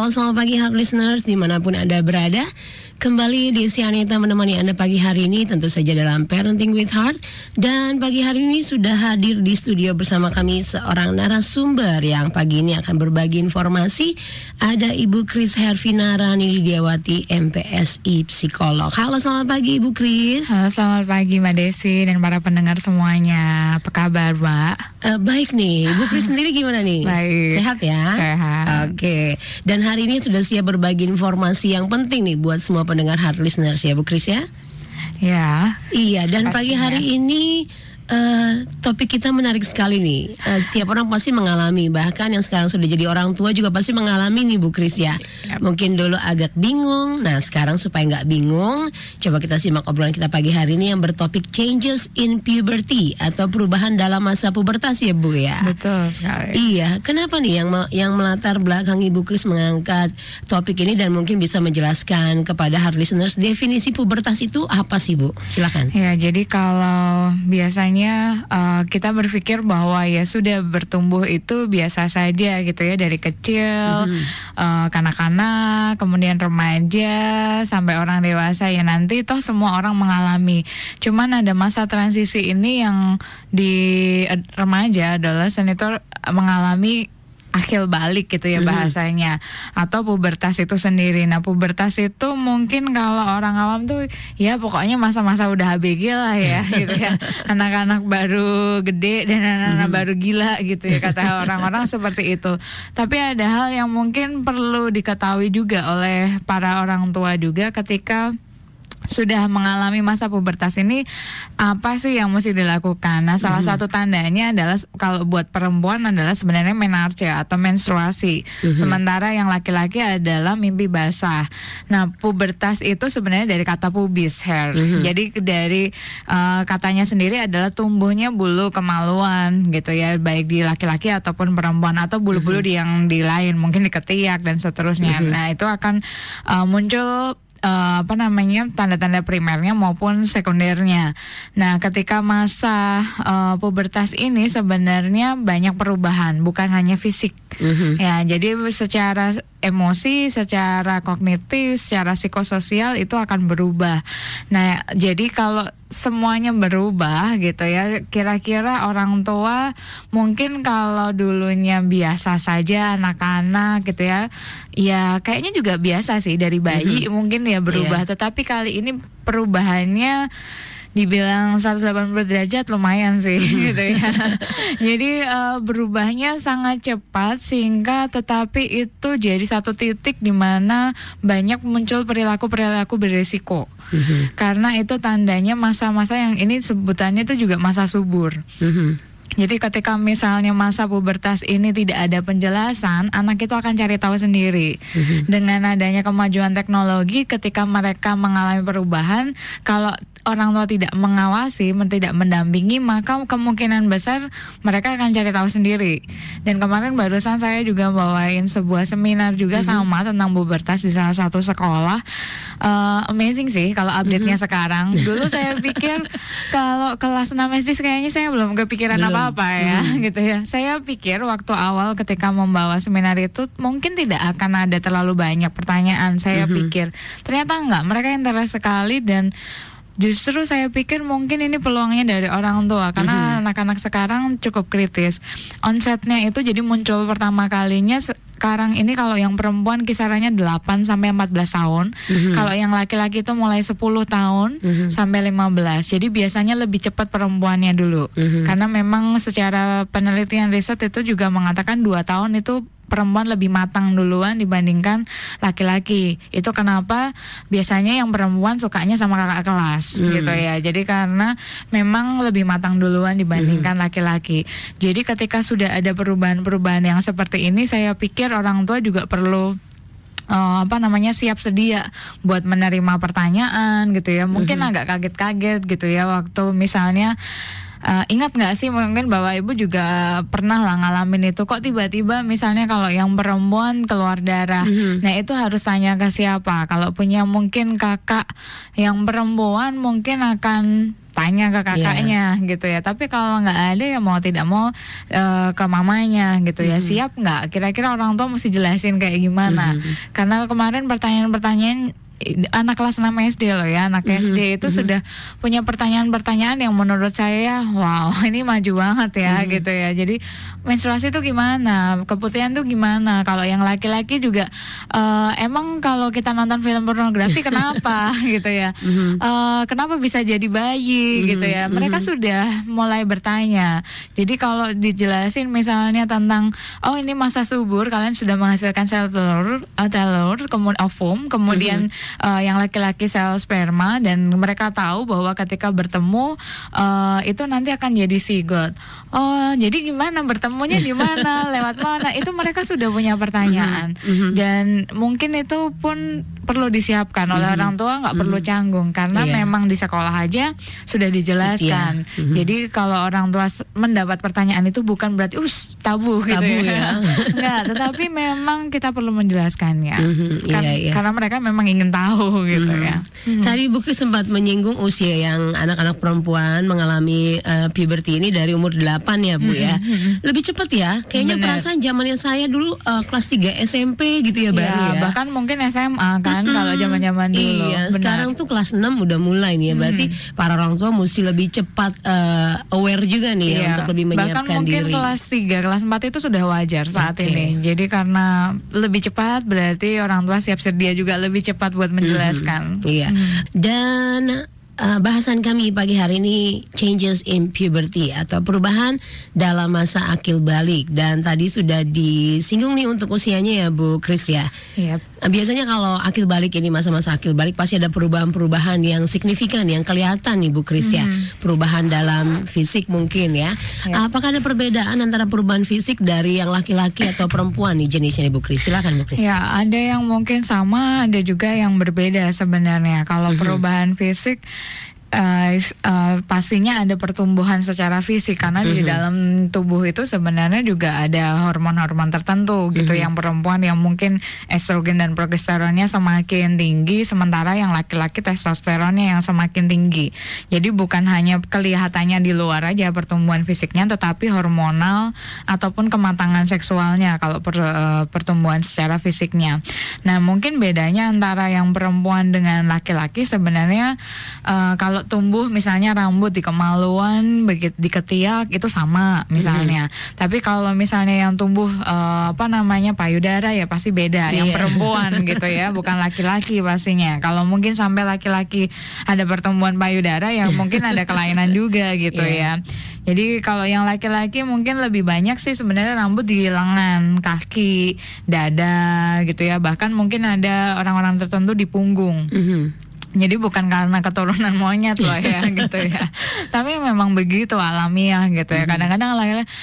Halo, selamat pagi Heart Listeners dimanapun Anda berada. Kembali di Sianita menemani Anda pagi hari ini, tentu saja dalam Parenting with Heart. Dan pagi hari ini sudah hadir di studio bersama kami seorang narasumber yang pagi ini akan berbagi informasi. Ada Ibu Kris Hervina Rani Lidiawati, MPSI Psikolog. Halo, selamat pagi Ibu Kris. Halo, selamat pagi Mbak Desi dan para pendengar semuanya. Apa kabar Mbak? Baik nih, Ibu Kris sendiri gimana nih? Baik. Sehat ya? Sehat. Oke. Dan hari ini sudah siap berbagi informasi yang penting nih buat semua pendengar Heart Listeners ya Bu Kris ya? Ya. Iya, dan pastinya. pagi hari ini topik kita menarik sekali nih. Setiap orang pasti mengalami, bahkan yang sekarang sudah jadi orang tua juga pasti mengalami nih Bu Kris ya. Mungkin dulu agak bingung, nah sekarang supaya nggak bingung, coba kita simak obrolan kita pagi hari ini yang bertopik changes in puberty atau perubahan dalam masa pubertas ya Bu ya. Betul sekali. Iya, kenapa nih yang melatar belakang Ibu Kris mengangkat topik ini dan mungkin bisa menjelaskan kepada Heart Listeners definisi pubertas itu apa sih Bu? Silakan. Ya, jadi kalau biasanya kita berpikir bahwa ya sudah bertumbuh itu biasa saja gitu ya, dari kecil, kanak-kanak, kemudian remaja sampai orang dewasa, ya nanti toh semua orang mengalami. Cuman ada masa transisi ini yang di remaja, adolescent itu mengalami akhil balik gitu ya bahasanya, atau pubertas itu sendiri. Nah, pubertas itu mungkin kalau orang awam tuh ya pokoknya masa-masa udah ABG lah ya gitu ya. Anak-anak baru gede dan anak-anak baru gila gitu ya, kata orang-orang seperti itu. Tapi ada hal yang mungkin perlu diketahui juga oleh para orang tua juga ketika sudah mengalami masa pubertas ini, apa sih yang mesti dilakukan? Nah, salah satu tandanya adalah kalau buat perempuan adalah sebenarnya menarche atau menstruasi. Sementara yang laki-laki adalah mimpi basah. Nah, pubertas itu sebenarnya dari kata pubis, hair. Jadi dari katanya sendiri adalah tumbuhnya bulu kemaluan gitu ya, baik di laki-laki ataupun perempuan, atau bulu-bulu yang di lain, mungkin di ketiak dan seterusnya. Nah, itu akan muncul tanda-tanda primernya maupun sekundernya. Nah, ketika masa pubertas ini sebenarnya banyak perubahan, bukan hanya fisik. Ya, jadi secara emosi, secara kognitif, secara psikososial itu akan berubah. Nah, jadi kalau semuanya berubah gitu ya, kira-kira orang tua mungkin kalau dulunya biasa saja anak-anak gitu ya, ya kayaknya juga biasa sih dari bayi mungkin ya berubah. Tetapi kali ini perubahannya dibilang 180 derajat lumayan sih gitu ya. Jadi berubahnya sangat cepat sehingga tetapi itu jadi satu titik di mana banyak muncul perilaku-perilaku berisiko. Karena itu tandanya masa-masa yang ini sebutannya itu juga masa subur. Jadi ketika misalnya masa pubertas ini tidak ada penjelasan, anak itu akan cari tahu sendiri. Dengan adanya kemajuan teknologi, ketika mereka mengalami perubahan, kalau orang tua tidak mengawasi, tidak mendampingi, maka kemungkinan besar mereka akan cari tahu sendiri. Dan kemarin barusan saya juga bawain sebuah seminar juga sama tentang pubertas di salah satu sekolah. Amazing sih kalau update-nya sekarang. Dulu saya pikir kalau kelas 6 SD kayaknya saya belum kepikiran apa-apa ya gitu ya. Saya pikir waktu awal ketika membawa seminar itu mungkin tidak akan ada terlalu banyak pertanyaan. Saya pikir ternyata enggak, mereka interest sekali. Dan justru saya pikir mungkin ini peluangnya dari orang tua, karena anak-anak sekarang cukup kritis. Onsetnya itu jadi muncul pertama kalinya sekarang ini kalau yang perempuan kisarannya 8 sampai 14 tahun. Kalau yang laki-laki itu mulai 10 tahun sampai 15. Jadi biasanya lebih cepat perempuannya dulu. Karena memang secara penelitian riset itu juga mengatakan 2 tahun itu perempuan lebih matang duluan dibandingkan laki-laki. Itu kenapa biasanya yang perempuan sukanya sama kakak kelas gitu ya. Jadi karena memang lebih matang duluan dibandingkan laki-laki. Jadi ketika sudah ada perubahan-perubahan yang seperti ini, saya pikir orang tua juga perlu siap sedia buat menerima pertanyaan gitu ya. Mungkin agak kaget-kaget gitu ya waktu misalnya Ingat nggak sih, mungkin Bapak Ibu juga pernah lah ngalamin itu, kok tiba-tiba misalnya kalau yang perempuan keluar darah, nah itu harus tanya ke siapa. Kalau punya mungkin kakak yang perempuan mungkin akan tanya ke kakaknya gitu ya. Tapi kalau nggak ada ya mau tidak mau ke mamanya gitu ya. Siap nggak? Kira-kira orang tua mesti jelasin kayak gimana. Karena kemarin pertanyaan-pertanyaan anak kelas 6 SD loh ya, anak SD itu sudah punya pertanyaan-pertanyaan yang menurut saya wow, ini maju banget ya gitu ya. Jadi menstruasi itu gimana, keputihan itu gimana. Kalau yang laki-laki juga emang kalau kita nonton film pornografi kenapa gitu ya, kenapa bisa jadi bayi gitu ya. Mereka sudah mulai bertanya. Jadi kalau dijelasin misalnya tentang oh ini masa subur, kalian sudah menghasilkan sel telur, kemudian ovum, kemudian yang laki-laki sel sperma, dan mereka tahu bahwa ketika bertemu itu nanti akan jadi zigot. Oh, jadi gimana bertemunya di mana, lewat mana? Itu mereka sudah punya pertanyaan. Dan mungkin itu pun perlu disiapkan oleh orang tua, nggak perlu canggung karena memang di sekolah aja sudah dijelaskan. Jadi kalau orang tua mendapat pertanyaan itu bukan berarti tabu gitu ya. Enggak, tetapi memang kita perlu menjelaskannya. Karena mereka memang ingin tahu gitu ya. Tadi Bu Kris sempat menyinggung usia yang anak-anak perempuan mengalami puberti ini dari umur 8 ya Bu ya. Lebih cepat ya. Kayaknya perasaan zamannya saya dulu kelas 3 SMP gitu ya baru ya. Bahkan mungkin SMA kan kalau zaman-zaman dulu. Iya, sekarang tuh kelas 6 udah mulai nih ya. Berarti para orang tua mesti lebih cepat aware juga nih ya untuk lebih menyiapkan bahkan mungkin diri. Kelas 3, kelas 4 itu sudah wajar saat ini. Jadi karena lebih cepat berarti orang tua siap sedia juga lebih cepat buat menjelaskan. Iya. Dan bahasan kami pagi hari ini changes in puberty atau perubahan dalam masa akil balik, dan tadi sudah disinggung nih untuk usianya ya Bu Kris ya. Biasanya kalau akil balik ini, masa-masa akil balik pasti ada perubahan-perubahan yang signifikan yang kelihatan nih Bu Kris ya. Perubahan dalam fisik mungkin ya. Apakah ada perbedaan antara perubahan fisik dari yang laki-laki atau perempuan nih jenisnya nih Bu Kris? Silakan Bu Kris. Ya, ada yang mungkin sama, ada juga yang berbeda sebenarnya. Kalau perubahan fisik pastinya ada pertumbuhan secara fisik karena di dalam tubuh itu sebenarnya juga ada hormon-hormon tertentu gitu. Yang perempuan yang mungkin estrogen dan progesteronnya semakin tinggi, sementara yang laki-laki testosteronnya yang semakin tinggi. Jadi bukan hanya kelihatannya di luar aja pertumbuhan fisiknya, tetapi hormonal ataupun kematangan seksualnya kalau pertumbuhan secara fisiknya. Nah, mungkin bedanya antara yang perempuan dengan laki-laki sebenarnya kalau tumbuh misalnya rambut di kemaluan, begitu di ketiak itu sama misalnya. Tapi kalau misalnya yang tumbuh payudara ya pasti beda. Yang perempuan gitu ya, bukan laki-laki pastinya. Kalau mungkin sampai laki-laki ada pertumbuhan payudara ya mungkin ada kelainan juga gitu ya. Jadi kalau yang laki-laki mungkin lebih banyak sih sebenarnya rambut di lengan, kaki, dada gitu ya. Bahkan mungkin ada orang-orang tertentu di punggung. Jadi bukan karena keturunan monyet loh ya gitu ya. Tapi memang begitu alamiah gitu ya. Kadang-kadang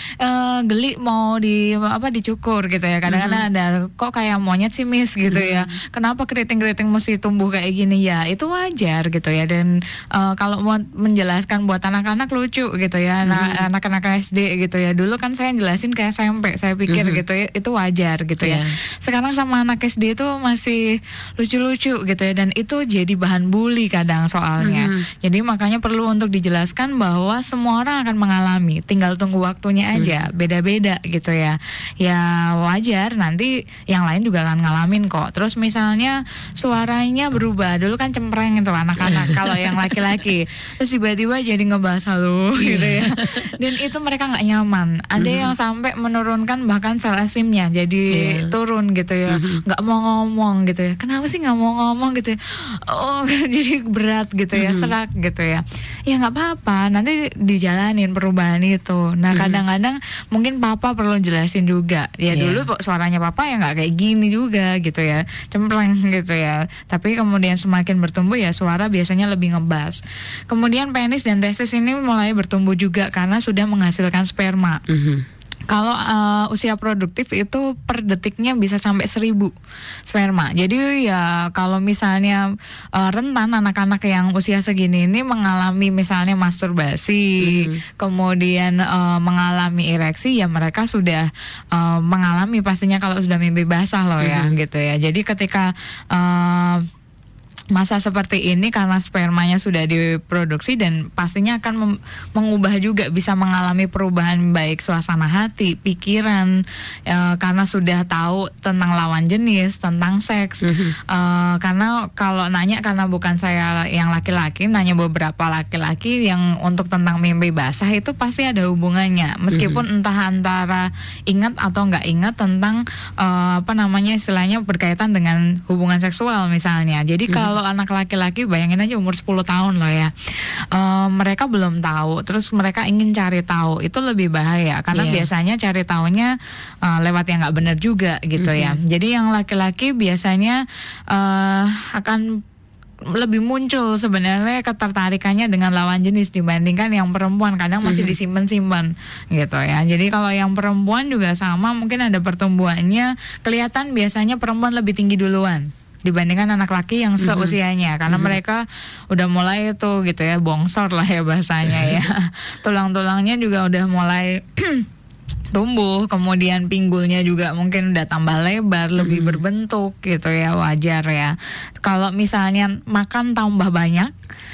geli mau dicukur gitu ya. Kadang-kadang ada kok kayak monyet sih Miss gitu ya. Kenapa keriting-keriting mesti tumbuh kayak gini ya? Itu wajar gitu ya. Dan kalau mau menjelaskan buat anak-anak lucu gitu ya. Anak-anak SD gitu ya. Dulu kan saya jelasin kayak SMP. Saya pikir gitu ya, itu wajar gitu ya. Sekarang sama anak SD itu masih lucu-lucu gitu ya. Dan itu jadi bahan bully kadang soalnya. Jadi makanya perlu untuk dijelaskan bahwa semua orang akan mengalami, tinggal tunggu waktunya aja. Beda-beda gitu ya. Ya wajar, nanti yang lain juga akan ngalamin kok. Terus misalnya suaranya berubah, dulu kan cempreng itu anak-anak kalau yang laki-laki. Terus tiba-tiba jadi ngebahas halo gitu ya. Dan itu mereka nggak nyaman. Ada yang sampai menurunkan bahkan sel esteemnya jadi turun gitu ya. Nggak mau ngomong gitu ya. Kenapa sih nggak mau ngomong gitu ya? Jadi berat gitu ya, serak gitu ya. Ya nggak apa-apa, nanti dijalanin perubahan itu. Nah kadang-kadang mungkin papa perlu jelasin juga. Ya dulu suaranya papa ya nggak kayak gini juga gitu ya, cempreng gitu ya. Tapi kemudian semakin bertumbuh ya suara biasanya lebih ngebas. Kemudian penis dan testis ini mulai bertumbuh juga karena sudah menghasilkan sperma. Kalau usia produktif itu per detiknya bisa sampai 1.000 sperma. Jadi ya kalau misalnya rentan anak-anak yang usia segini ini mengalami misalnya masturbasi, kemudian mengalami ereksi, ya mereka sudah mengalami pastinya kalau sudah mimpi basah loh ya gitu ya. Jadi ketika masa seperti ini karena spermanya sudah diproduksi dan pastinya akan mengubah juga, bisa mengalami perubahan baik suasana hati, pikiran, karena sudah tahu tentang lawan jenis, tentang seks. Karena kalau nanya, karena bukan saya yang laki-laki, nanya beberapa laki-laki yang untuk tentang mimpi basah itu pasti ada hubungannya, meskipun entah antara ingat atau nggak ingat tentang istilahnya berkaitan dengan hubungan seksual misalnya. Jadi kalau anak laki-laki, bayangin aja umur 10 tahun loh ya, mereka belum tahu, terus mereka ingin cari tahu, itu lebih bahaya karena biasanya cari taunya lewat yang nggak benar juga gitu ya. Jadi yang laki-laki biasanya akan lebih muncul sebenarnya ketertarikannya dengan lawan jenis dibandingkan yang perempuan, kadang masih disimpan-simpan gitu ya. Jadi kalau yang perempuan juga sama, mungkin ada pertumbuhannya kelihatan, biasanya perempuan lebih tinggi duluan dibandingkan anak laki yang seusianya, karena mereka udah mulai itu gitu ya, bongsor lah ya bahasanya ya. Tulang-tulangnya juga udah mulai tumbuh, kemudian pinggulnya juga mungkin udah tambah lebar, lebih berbentuk gitu ya, wajar ya. Kalau misalnya makan tambah banyak,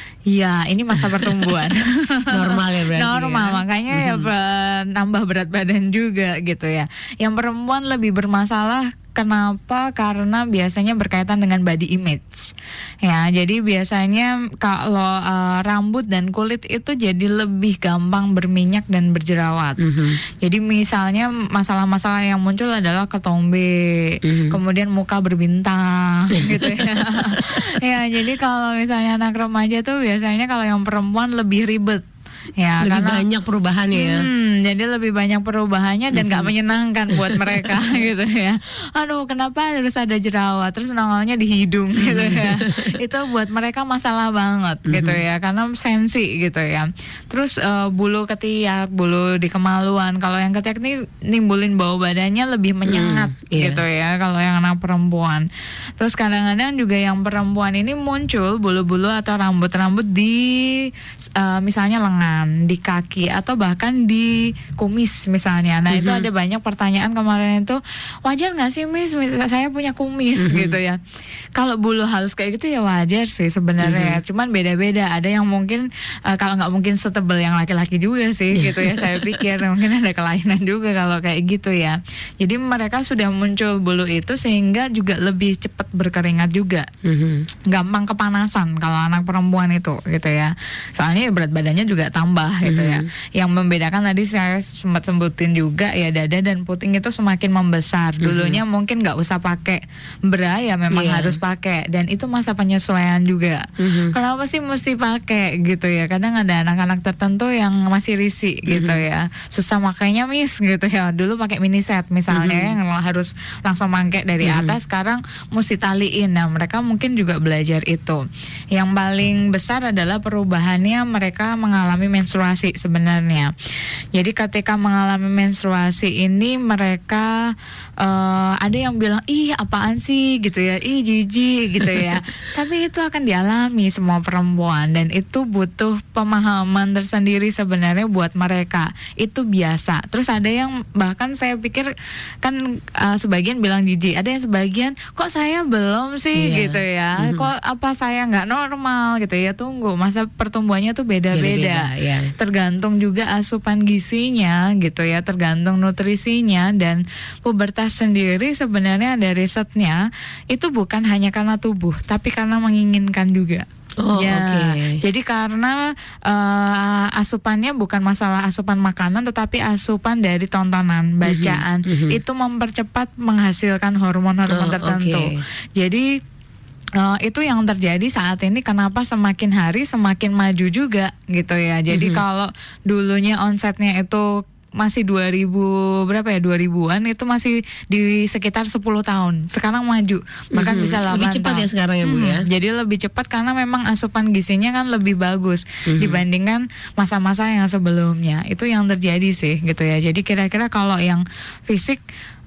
ya ini masa pertumbuhan. Normal ya berarti. Normal ya? Makanya ya nambah berat badan juga gitu ya. Yang perempuan lebih bermasalah. Kenapa? Karena biasanya berkaitan dengan body image. Ya, jadi biasanya kalau rambut dan kulit itu jadi lebih gampang berminyak dan berjerawat. Jadi misalnya masalah-masalah yang muncul adalah ketombe, kemudian muka berbintang gitu ya. Ya, jadi kalau misalnya anak remaja tuh biasanya kalau yang perempuan lebih ribet. Ya, lebih karena banyak perubahannya ya. Jadi lebih banyak perubahannya dan gak menyenangkan buat mereka gitu ya. Aduh, kenapa harus ada jerawat, terus nongolnya di hidung gitu ya. Itu buat mereka masalah banget gitu ya, karena sensi gitu ya. Terus bulu ketiak, bulu di kemaluan. Kalau yang ketiak nih nimbulin bau badannya lebih menyengat gitu ya kalau yang anak perempuan. Terus kadang-kadang juga yang perempuan ini muncul bulu-bulu atau rambut-rambut di misalnya lengan, di kaki, atau bahkan di kumis misalnya. Nah itu ada banyak pertanyaan kemarin itu, wajar nggak sih Miss, saya punya kumis gitu ya. Kalau bulu halus kayak gitu ya wajar sih sebenarnya, cuman beda-beda. Ada yang mungkin kalau nggak mungkin setebal yang laki-laki juga sih gitu ya. Saya pikir mungkin ada kelainan juga kalau kayak gitu ya. Jadi mereka sudah muncul bulu itu sehingga juga lebih cepat berkeringat juga, gampang kepanasan kalau anak perempuan itu gitu ya. Soalnya berat badannya juga tambah gitu ya. Yang membedakan tadi saya sempat sebutin juga ya, dada dan puting itu semakin membesar. Dulunya mungkin nggak usah pakai bra ya, memang harus pakai, dan itu masa penyesuaian juga. Kenapa sih mesti pakai gitu ya? Kadang ada anak-anak tertentu yang masih risih gitu ya, susah makainya Miss gitu ya. Dulu pakai mini set misalnya yang harus langsung pakai dari atas, sekarang mesti taliin. Nah mereka mungkin juga belajar itu. Yang paling besar adalah perubahannya mereka mengalami menstruasi sebenarnya. Jadi ketika mengalami menstruasi ini mereka ada yang bilang ih apaan sih gitu ya, ih jijik gitu ya. Tapi itu akan dialami semua perempuan dan itu butuh pemahaman tersendiri sebenarnya buat mereka. Itu biasa. Terus ada yang bahkan saya pikir kan sebagian bilang jijik, ada yang sebagian kok saya belum sih gitu ya. Kok apa saya nggak normal gitu ya. Tunggu, masa pertumbuhannya tuh beda-beda. Tergantung juga asupan gizinya gitu ya, tergantung nutrisinya. Dan pubertas sendiri sebenarnya ada risetnya, itu bukan hanya karena tubuh tapi karena menginginkan juga. Jadi karena asupannya bukan masalah asupan makanan tetapi asupan dari tontonan, bacaan, itu mempercepat menghasilkan hormon-hormon tertentu. Jadi itu yang terjadi saat ini, kenapa semakin hari semakin maju juga gitu ya. Jadi kalau dulunya onsetnya itu masih 2000 berapa ya 2000-an itu masih di sekitar 10 tahun. Sekarang maju bahkan bisa 8 lebih cepat tahun. ya sekarang ya Bu ya. Jadi lebih cepat karena memang asupan gizinya kan lebih bagus dibandingkan masa-masa yang sebelumnya. Itu yang terjadi sih gitu ya. Jadi kira-kira kalau yang fisik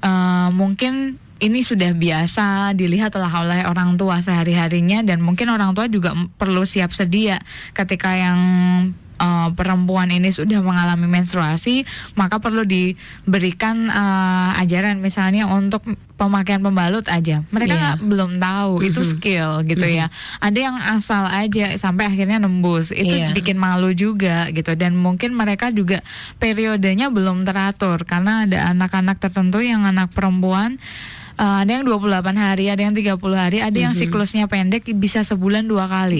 mungkin ini sudah biasa dilihat oleh orang tua sehari-harinya, dan mungkin orang tua juga perlu siap sedia ketika yang perempuan ini sudah mengalami menstruasi, maka perlu diberikan ajaran misalnya untuk pemakaian pembalut aja. Mereka belum tahu itu skill gitu ya. Ada yang asal aja sampai akhirnya nembus. Itu bikin malu juga gitu, dan mungkin mereka juga periodenya belum teratur karena ada anak-anak tertentu yang anak perempuan ada yang 28 hari, ada yang 30 hari, ada yang siklusnya pendek bisa sebulan 2 kali.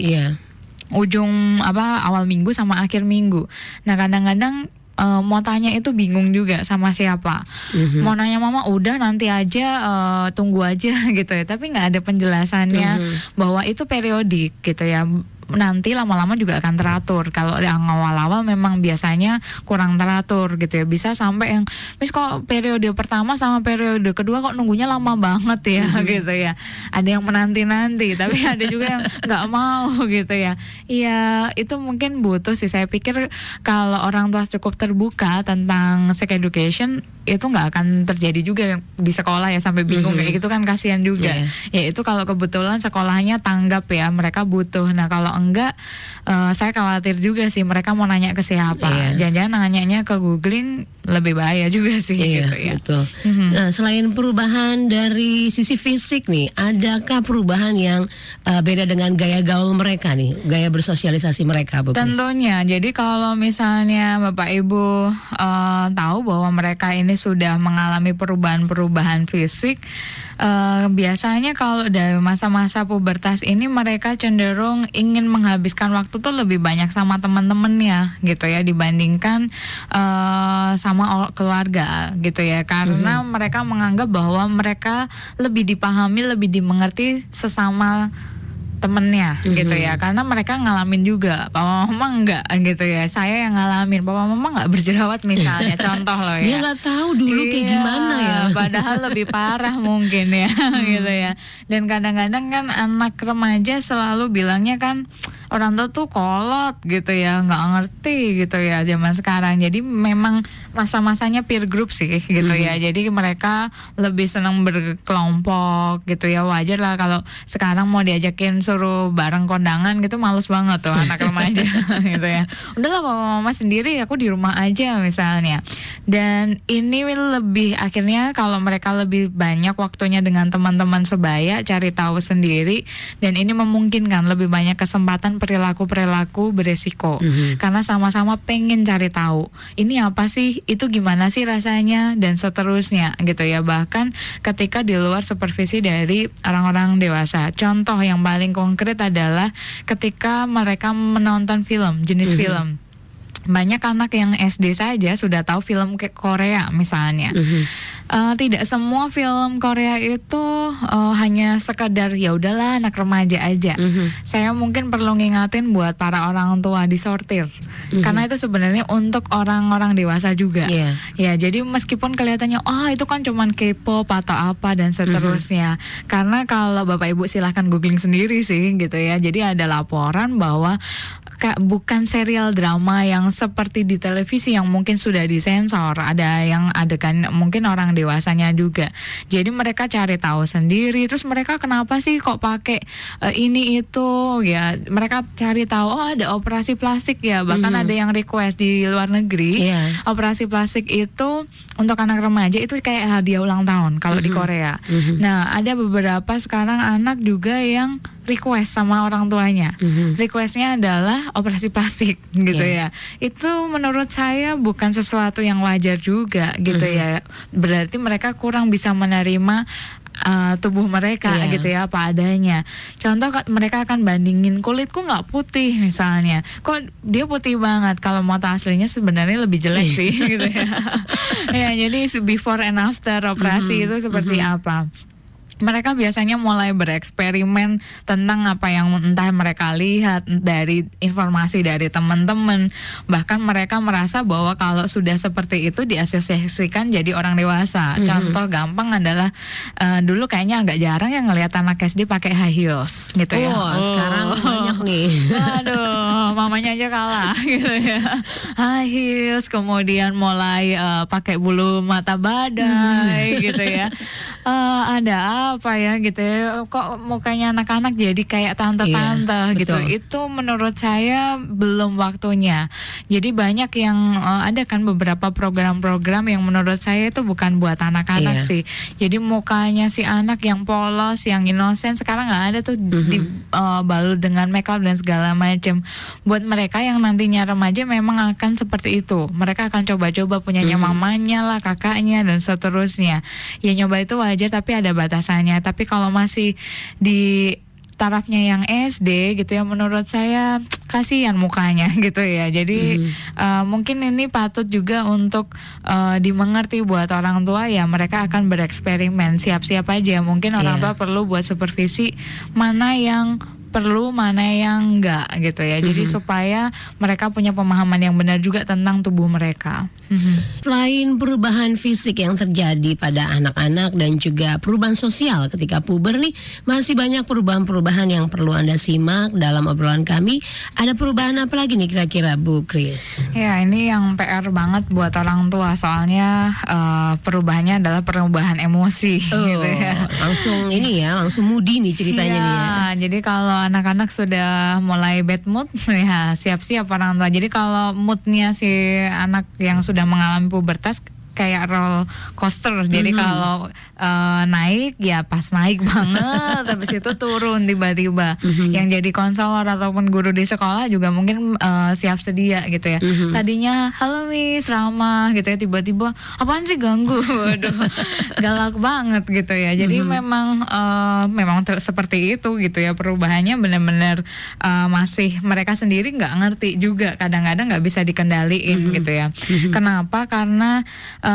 Ujung awal minggu sama akhir minggu. Nah kadang-kadang mau tanya itu bingung juga sama siapa. Mau nanya mama udah nanti aja, tunggu aja gitu ya. Tapi nggak ada penjelasannya bahwa itu periodik gitu ya. Nanti lama-lama juga akan teratur. Kalau yang awal-awal memang biasanya kurang teratur gitu ya. Bisa sampai yang kok periode pertama sama periode kedua kok nunggunya lama banget ya gitu ya. Ada yang menanti-nanti tapi ada juga yang nggak mau gitu ya. Iya itu mungkin butuh sih. Saya pikir kalau orang tua cukup terbuka tentang sex education itu nggak akan terjadi juga di sekolah ya sampai bingung kayak gitu kan, kasihan juga. Ya itu kalau kebetulan sekolahnya tanggap ya mereka butuh. Nah kalau enggak saya khawatir juga sih mereka mau nanya ke siapa. Jangan-jangan nanyanya ke googling lebih bahaya juga sih gitu ya. Betul. Nah selain perubahan dari sisi fisik nih, adakah perubahan yang beda dengan gaya gaul mereka nih, gaya bersosialisasi mereka Bu? Tentunya. Jadi kalau misalnya Bapak Ibu tahu bahwa mereka ini sudah mengalami perubahan-perubahan fisik, biasanya kalau dari masa-masa pubertas ini mereka cenderung ingin menghabiskan waktu tuh lebih banyak sama teman-temannya gitu ya dibandingkan sama keluarga gitu ya, karena mereka menganggap bahwa mereka lebih dipahami, lebih dimengerti sesama temennya gitu ya, karena mereka ngalamin juga. Papa mama enggak gitu ya, saya yang ngalamin, papa mama nggak berjerawat misalnya, contoh loh ya. Dia nggak tahu dulu kayak gimana ya. Padahal lebih parah mungkin ya gitu ya. Dan kadang-kadang kan anak remaja selalu bilangnya kan orang tua tuh kolot gitu ya, nggak ngerti gitu ya zaman sekarang. Jadi memang masa-masanya peer group sih gitu ya. Jadi mereka lebih senang berkelompok gitu ya. Wajar lah kalau sekarang mau diajakin suruh bareng kondangan gitu males banget tuh anak remaja gitu ya. Udahlah papa mama sendiri, aku di rumah aja misalnya. Dan ini lebih akhirnya kalau mereka lebih banyak waktunya dengan teman-teman sebaya, cari tahu sendiri, dan ini memungkinkan lebih banyak kesempatan perilaku-perilaku beresiko. Karena sama-sama pengen cari tahu ini apa sih, itu gimana sih rasanya, dan seterusnya gitu ya. Bahkan ketika di luar supervisi dari orang-orang dewasa. Contoh yang paling konkret adalah ketika mereka menonton film, jenis film. Banyak anak yang SD saja sudah tahu film Korea misalnya. Tidak semua film Korea itu hanya sekadar ya udahlah anak remaja aja. Saya mungkin perlu ngingatin buat para orang tua disortir, karena itu sebenarnya untuk orang-orang dewasa juga. Ya jadi meskipun kelihatannya itu kan cuman K-pop atau apa dan seterusnya, karena kalau Bapak Ibu silahkan googling sendiri sih gitu ya. Jadi ada laporan bahwa bukan serial drama yang seperti di televisi yang mungkin sudah disensor, ada yang adegan mungkin orang dewasanya juga. Jadi mereka cari tahu sendiri, terus mereka kenapa sih kok pakai ini itu ya, mereka cari tahu ada operasi plastik ya, bahkan ada yang request di luar negeri operasi plastik itu untuk anak remaja itu kayak hadiah ulang tahun kalau di Korea. Nah ada beberapa sekarang anak juga yang request sama orang tuanya. Requestnya adalah operasi plastik gitu ya. Itu menurut saya bukan sesuatu yang wajar juga gitu ya. Berarti mereka kurang bisa menerima tubuh mereka gitu ya apa adanya. Contoh mereka akan bandingin, kulitku nggak putih misalnya, kok dia putih banget, kalau mata aslinya sebenarnya lebih jelek sih gitu ya. Ya jadi before and after operasi itu seperti apa. mereka biasanya mulai bereksperimen tentang apa yang entah mereka lihat dari informasi dari teman-teman. Bahkan mereka merasa bahwa kalau sudah seperti itu diasosiasikan jadi orang dewasa. Contoh gampang adalah dulu kayaknya agak jarang yang ngelihat anak SD pakai high heels gitu ya. Sekarang banyak nih. Aduh, mamanya aja kalah gitu ya. High heels, kemudian mulai pakai bulu mata badai gitu ya. Ada apa ya gitu ya, kok mukanya anak-anak jadi kayak tante-tante gitu. Itu menurut saya belum waktunya. Jadi banyak yang ada kan beberapa program-program yang menurut saya itu bukan buat anak-anak sih. Jadi mukanya si anak yang polos, yang inosen sekarang nggak ada tuh dibalut dengan make up dan segala macam. Buat mereka yang nantinya remaja memang akan seperti itu. Mereka akan coba-coba punyanya mamanya lah, kakaknya dan seterusnya. Ya nyoba itu wajar tapi ada batasannya. Tapi kalau masih di tarafnya yang SD gitu ya, menurut saya kasihan mukanya gitu ya. Jadi mungkin ini patut juga untuk dimengerti buat orang tua ya. Mereka akan bereksperimen, siap-siap aja. Mungkin orang tua perlu buat supervisi mana yang perlu, mana yang enggak gitu ya. Jadi supaya mereka punya pemahaman yang benar juga tentang tubuh mereka. Selain perubahan fisik yang terjadi pada anak-anak dan juga perubahan sosial ketika puber nih, masih banyak perubahan-perubahan yang perlu Anda simak dalam obrolan kami. Ada perubahan apa lagi nih kira-kira Bu Kris? Ya, ini yang PR banget buat orang tua, soalnya perubahannya adalah perubahan emosi gitu ya. Langsung ini ya, langsung moody nih ceritanya nih ya. Jadi kalau anak-anak sudah mulai bad mood ya siap-siap orang tua. Jadi kalau moodnya si anak yang sudah mengalami pubertas kayak roller coaster. Jadi kalau naik ya pas naik banget, habis itu turun tiba-tiba. Yang jadi konselor ataupun guru di sekolah juga mungkin siap sedia gitu ya. Tadinya halo Miss ramah gitu ya, tiba-tiba apaan sih ganggu, waduh galak banget gitu ya. Jadi memang seperti itu gitu ya, perubahannya benar-benar masih mereka sendiri nggak ngerti juga, kadang-kadang nggak bisa dikendaliin gitu ya. Kenapa? Karena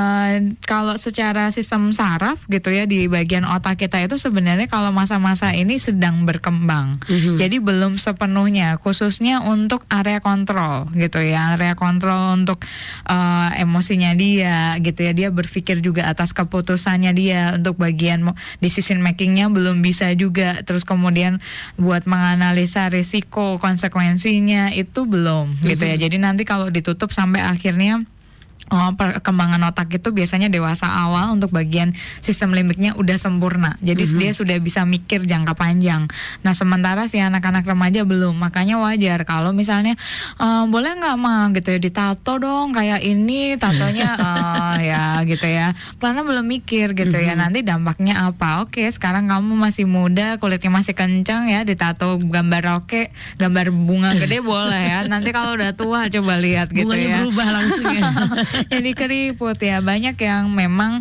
kalau secara sistem saraf gitu ya, di bagian otak kita itu sebenarnya kalau masa-masa ini sedang berkembang. Jadi belum sepenuhnya, khususnya untuk area kontrol gitu ya, area kontrol untuk emosinya dia gitu ya. Dia berpikir juga atas keputusannya dia, untuk bagian decision makingnya belum bisa juga. Terus kemudian buat menganalisa risiko konsekuensinya itu belum gitu ya. Jadi nanti kalau ditutup sampai akhirnya perkembangan otak itu biasanya dewasa awal untuk bagian sistem limbiknya udah sempurna. Jadi dia sudah bisa mikir jangka panjang. Nah sementara si anak-anak remaja belum. Makanya wajar kalau misalnya boleh nggak mah gitu ya ditato dong kayak ini, tatonya ya gitu ya. Karena belum mikir gitu ya nanti dampaknya apa. Oke sekarang kamu masih muda, kulitnya masih kencang ya, ditato gambar roke, gambar bunga gede boleh ya. Nanti kalau udah tua coba lihat gitu bunganya ya. Berubah langsung ya. Jadi keriput ya. Banyak yang memang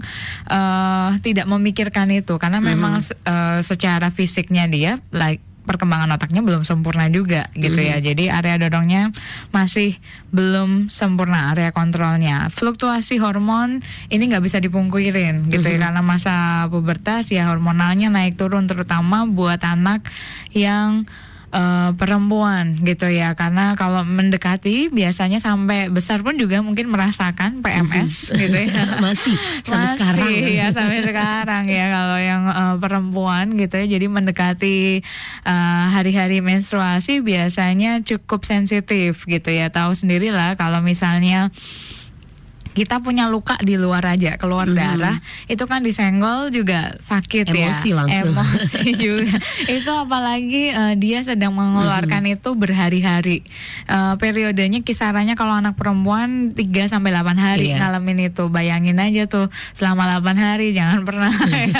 tidak memikirkan itu karena memang secara fisiknya dia perkembangan otaknya belum sempurna juga gitu ya. Jadi area dorongnya masih belum sempurna, area kontrolnya. Fluktuasi hormon ini nggak bisa dipungkirin gitu ya, karena masa pubertas ya hormonalnya naik turun, terutama buat anak yang perempuan gitu ya. Karena kalau mendekati biasanya sampai besar pun juga mungkin merasakan PMS gitu ya. Masih sampai sekarang ya sampai sekarang ya kalau yang perempuan gitu ya. Jadi mendekati hari-hari menstruasi biasanya cukup sensitif gitu ya. Tahu sendirilah kalau misalnya kita punya luka di luar aja, keluar darah, itu kan disenggol juga sakit. Emosi ya. Langsung. Emosi juga. Itu apalagi dia sedang mengeluarkan itu berhari-hari. Periodenya kisarannya kalau anak perempuan 3-8 hari ngalamin itu. Bayangin aja tuh selama 8 hari, jangan pernah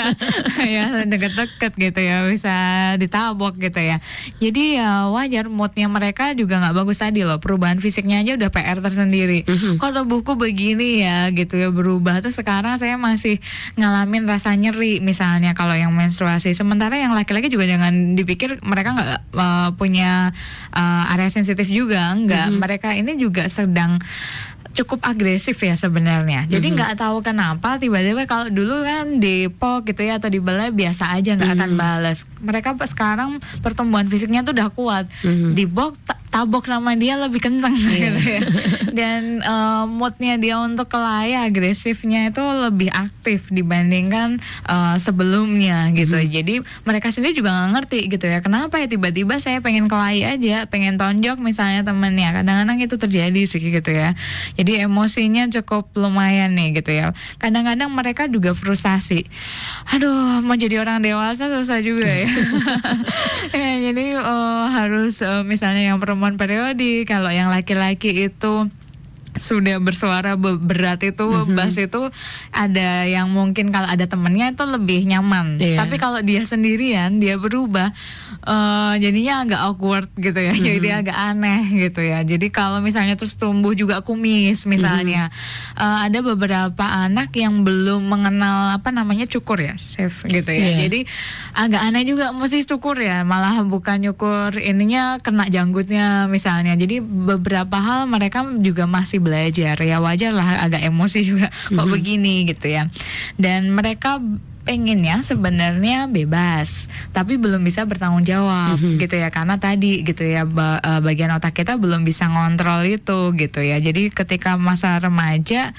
ya deket-deket gitu ya, bisa ditabok gitu ya. Jadi ya wajar moodnya mereka juga nggak bagus tadi loh. Perubahan fisiknya aja udah PR tersendiri. Kok tubuhku begini ya gitu ya, berubah. Tuh sekarang saya masih ngalamin rasa nyeri misalnya kalau yang menstruasi. Sementara yang laki-laki juga jangan dipikir mereka nggak punya area sensitif juga, enggak. Mereka ini juga sedang cukup agresif ya sebenarnya. Jadi nggak tahu kenapa tiba-tiba kalau dulu kan di pok gitu ya atau di belai biasa aja nggak akan balas. Mereka sekarang pertumbuhan fisiknya tuh udah kuat. Di bok tabok sama dia lebih kenceng gitu ya. Dan moodnya dia untuk kelahi agresifnya itu lebih aktif dibandingkan sebelumnya gitu. Jadi mereka sendiri juga nggak ngerti gitu ya. Kenapa ya tiba-tiba saya pengen kelahi aja, pengen tonjok misalnya temennya. Kadang-kadang itu terjadi sih gitu ya. Jadi emosinya cukup lumayan nih gitu ya. Kadang-kadang mereka juga frustasi. Aduh, mau jadi orang dewasa susah juga ya. Ya jadi harus misalnya yang perempuan periodik, kalau yang laki-laki itu sudah bersuara berat itu, bass itu ada yang mungkin kalau ada temennya itu lebih nyaman. Tapi kalau dia sendirian, dia berubah, jadinya agak awkward gitu ya. Jadi agak aneh gitu ya. Jadi kalau misalnya terus tumbuh juga kumis misalnya, ada beberapa anak yang belum mengenal apa namanya cukur ya, shave gitu ya. Jadi agak aneh juga mesti cukur ya, malah bukan nyukur ininya kena janggutnya misalnya. Jadi beberapa hal mereka juga masih belajar ya, wajar lah agak emosi juga kok begini gitu ya. Dan mereka pengennya sebenarnya bebas, tapi belum bisa bertanggung jawab gitu ya, karena tadi gitu ya bagian otak kita belum bisa ngontrol itu gitu ya. Jadi ketika masa remaja,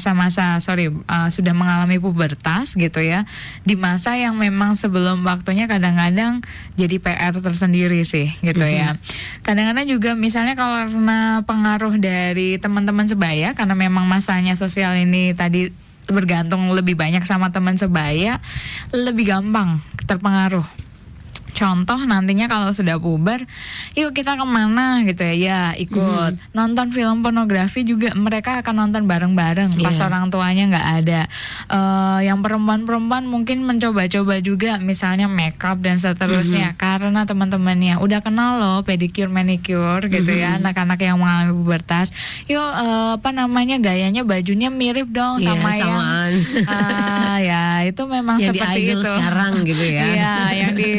sudah mengalami pubertas gitu ya, di masa yang memang sebelum waktunya kadang-kadang jadi PR tersendiri sih gitu ya. Kadang-kadang juga misalnya karena pengaruh dari teman-teman sebaya, karena memang masanya sosial ini tadi bergantung lebih banyak sama teman sebaya, lebih gampang terpengaruh. Contoh nantinya kalau sudah puber, yuk kita kemana gitu ya, ikut. Nonton film pornografi juga mereka akan nonton bareng-bareng pas orang tuanya nggak ada. Yang perempuan-perempuan mungkin mencoba-coba juga misalnya makeup dan seterusnya, karena teman-temannya udah kenal loh pedicure manicure gitu ya, anak-anak yang mengalami pubertas. Yuk gayanya bajunya mirip dong sama yang ya itu memang yang seperti itu sekarang gitu ya. Iya, yang di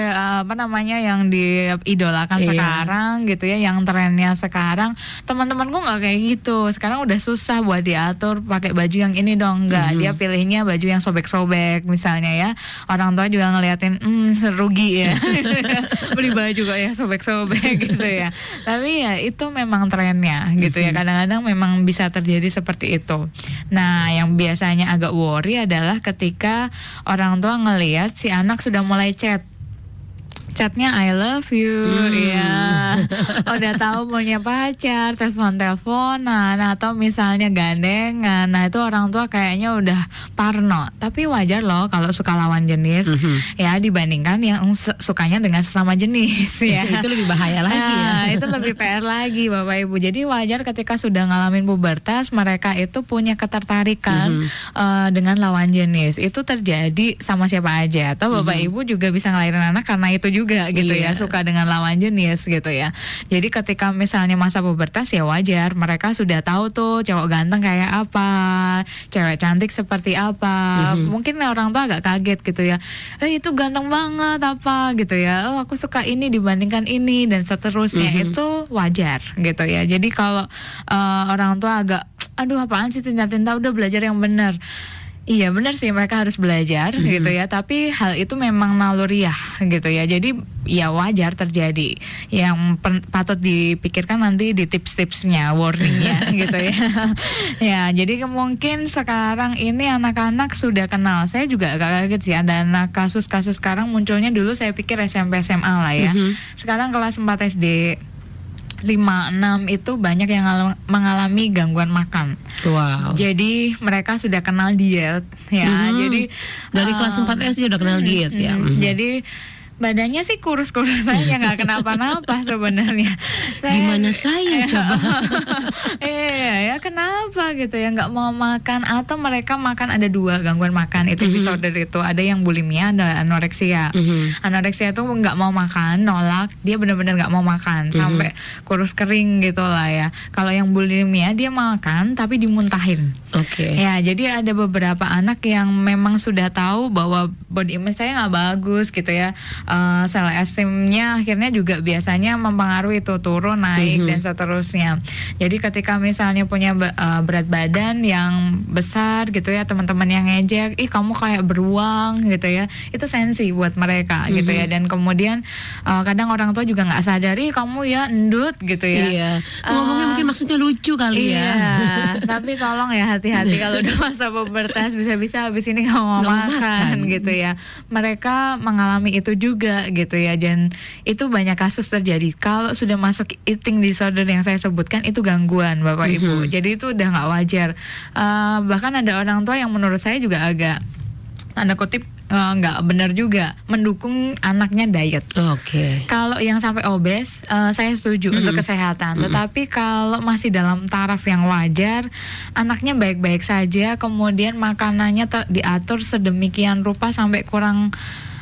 yang diidolakan sekarang gitu ya, yang trennya sekarang. Teman-temanku nggak kayak gitu. Sekarang udah susah buat diatur pakai baju yang ini dong, enggak. Dia pilihnya baju yang sobek-sobek misalnya ya. Orang tua juga ngeliatin rugi ya. Beli baju kok ya sobek-sobek gitu ya. Tapi ya itu memang trennya gitu ya. Kadang-kadang memang bisa terjadi seperti itu. Nah, yang biasanya agak worry adalah ketika orang tua ngelihat si anak sudah mulai chatnya I love you, ya, udah tahu punya pacar, telepon-teleponan, atau misalnya gandengan. Nah itu orang tua kayaknya udah parno. Tapi wajar loh kalau suka lawan jenis, ya dibandingkan yang sukanya dengan sesama jenis ya. Itu lebih bahaya lagi ya. Itu lebih PR lagi Bapak Ibu. Jadi wajar ketika sudah ngalamin pubertas, mereka itu punya ketertarikan dengan lawan jenis. Itu terjadi sama siapa aja. Atau Bapak Ibu juga bisa ngelahirin anak karena itu juga gitu ya, suka dengan lawan jenis gitu ya. Jadi ketika misalnya masa pubertas ya wajar, mereka sudah tahu tuh cowok ganteng kayak apa, cewek cantik seperti apa. Mungkin orang tua agak kaget gitu ya, itu ganteng banget apa gitu ya, aku suka ini dibandingkan ini dan seterusnya. Itu wajar gitu ya. Jadi kalau orang tua agak aduh apaan sih tinta-tinta, udah belajar yang benar. Iya benar sih, mereka harus belajar gitu ya. Tapi hal itu memang naluriah gitu ya. Jadi ya wajar terjadi. Yang patut dipikirkan nanti di tips-tipsnya, warningnya gitu ya. Ya jadi mungkin sekarang ini anak-anak sudah kenal. Saya juga agak kaget sih, ada anak kasus-kasus sekarang munculnya. Dulu saya pikir SMP SMA lah ya. Sekarang kelas 4 SD 5-6 itu banyak yang mengalami gangguan makan. Wow. Jadi mereka sudah kenal diet ya. Jadi dari kelas 4 SD udah kenal diet ya. Jadi badannya sih kurus-kurus saja, nggak kenapa-napa sebenarnya. Gimana saya coba? Ya kenapa gitu ya, nggak mau makan. Atau mereka makan, ada 2 gangguan makan itu disorder itu. Ada yang bulimia, ada anoreksia. Anoreksia itu nggak mau makan, nolak, dia benar-benar nggak mau makan sampai kurus kering gitu lah ya. Kalau yang bulimia dia makan tapi dimuntahin. Ya jadi ada beberapa anak yang memang sudah tahu bahwa body image saya nggak bagus gitu ya. self esteemnya akhirnya juga biasanya mempengaruhi itu turun naik dan seterusnya. Jadi ketika misalnya punya berat badan yang besar gitu ya, teman-teman yang ngejek, ih kamu kayak beruang gitu ya, itu sensi buat mereka gitu ya. Dan kemudian kadang orang tua juga nggak sadari kamu ya endut gitu ya. Iya. Ngomongnya mungkin maksudnya lucu kali ya. Tapi tolong ya hati-hati kalau udah masa pubertas, bisa-bisa habis ini nggak mau makan gitu ya. Mereka mengalami itu juga gitu ya, dan itu banyak kasus terjadi. Kalau sudah masuk eating disorder yang saya sebutkan, itu gangguan Bapak Ibu. Jadi itu udah nggak wajar. Bahkan ada orang tua yang menurut saya juga agak tanda kutip nggak benar juga mendukung anaknya diet. Kalau yang sampai obes, saya setuju untuk kesehatan. Tetapi kalau masih dalam taraf yang wajar, anaknya baik-baik saja, kemudian makanannya diatur sedemikian rupa sampai kurang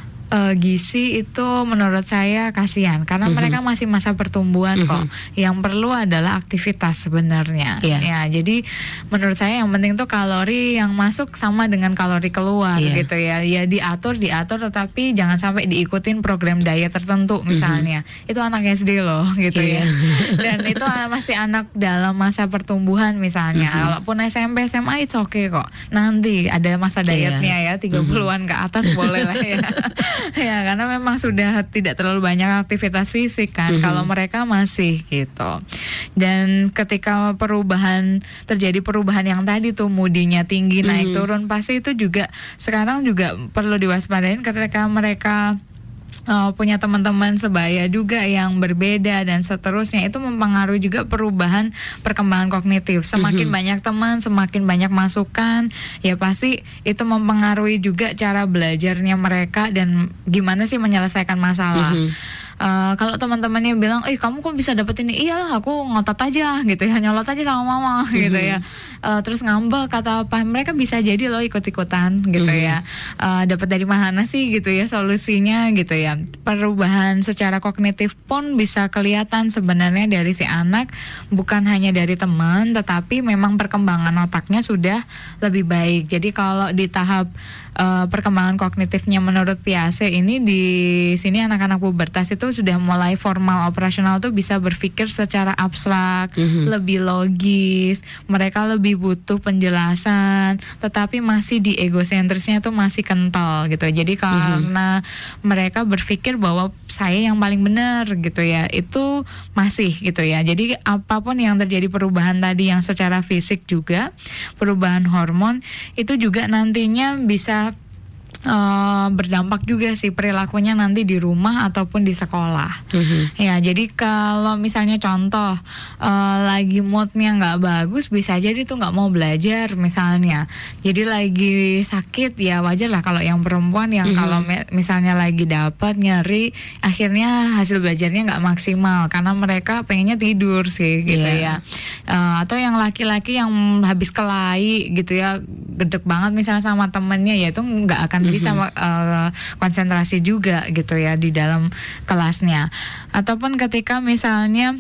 gizi, itu menurut saya kasihan karena mereka masih masa pertumbuhan kok. Yang perlu adalah aktivitas sebenarnya. Ya, jadi menurut saya yang penting tuh kalori yang masuk sama dengan kalori keluar gitu ya. Ya diatur tetapi jangan sampai diikutin program diet tertentu misalnya. Itu anak SD loh gitu ya. Dan itu masih anak dalam masa pertumbuhan misalnya. Walaupun SMP, SMA itu oke kok. Nanti ada masa dietnya ya, 30-an ke atas boleh lah ya. Ya karena memang sudah tidak terlalu banyak aktivitas fisik kan kalau mereka masih gitu. Dan ketika terjadi perubahan yang tadi tuh, moodinya tinggi naik turun, pasti itu juga sekarang juga perlu diwaspadain ketika mereka punya teman-teman sebaya juga yang berbeda dan seterusnya. Itu mempengaruhi juga perubahan perkembangan kognitif. Semakin banyak teman, semakin banyak masukan, ya pasti itu mempengaruhi juga cara belajarnya mereka dan gimana sih menyelesaikan masalah. Kalau teman-temannya bilang, kamu kok bisa dapet ini? Iyalah, aku ngotot aja gitu ya, nyolot aja sama mama gitu ya. Terus ngambek kata apa, mereka bisa jadi loh ikut-ikutan gitu ya. Dapat dari mana sih gitu ya solusinya gitu ya. Perubahan secara kognitif pun bisa kelihatan sebenarnya dari si anak, bukan hanya dari teman, tetapi memang perkembangan otaknya sudah lebih baik. Jadi kalau di tahap perkembangan kognitifnya menurut Piaget ini, di sini anak-anak pubertas itu sudah mulai formal operasional tuh bisa berpikir secara abstrak, lebih logis, mereka lebih butuh penjelasan, tetapi masih di egosentrisnya tuh masih kental gitu. Jadi karena mereka berpikir bahwa saya yang paling benar gitu ya, itu masih gitu ya. Jadi apapun yang terjadi perubahan tadi yang secara fisik juga, perubahan hormon itu juga nantinya bisa berdampak juga sih perilakunya nanti di rumah ataupun di sekolah. Ya, jadi kalau misalnya contoh lagi moodnya nggak bagus, bisa jadi tuh nggak mau belajar misalnya. Jadi lagi sakit, ya wajar lah kalau yang perempuan yang kalau misalnya lagi dapat nyeri, akhirnya hasil belajarnya nggak maksimal karena mereka pengennya tidur sih gitu ya. Atau yang laki-laki yang habis kelahi gitu ya, gedek banget misalnya sama temennya, ya itu nggak akan bisa konsentrasi juga gitu ya di dalam kelasnya. Ataupun ketika misalnya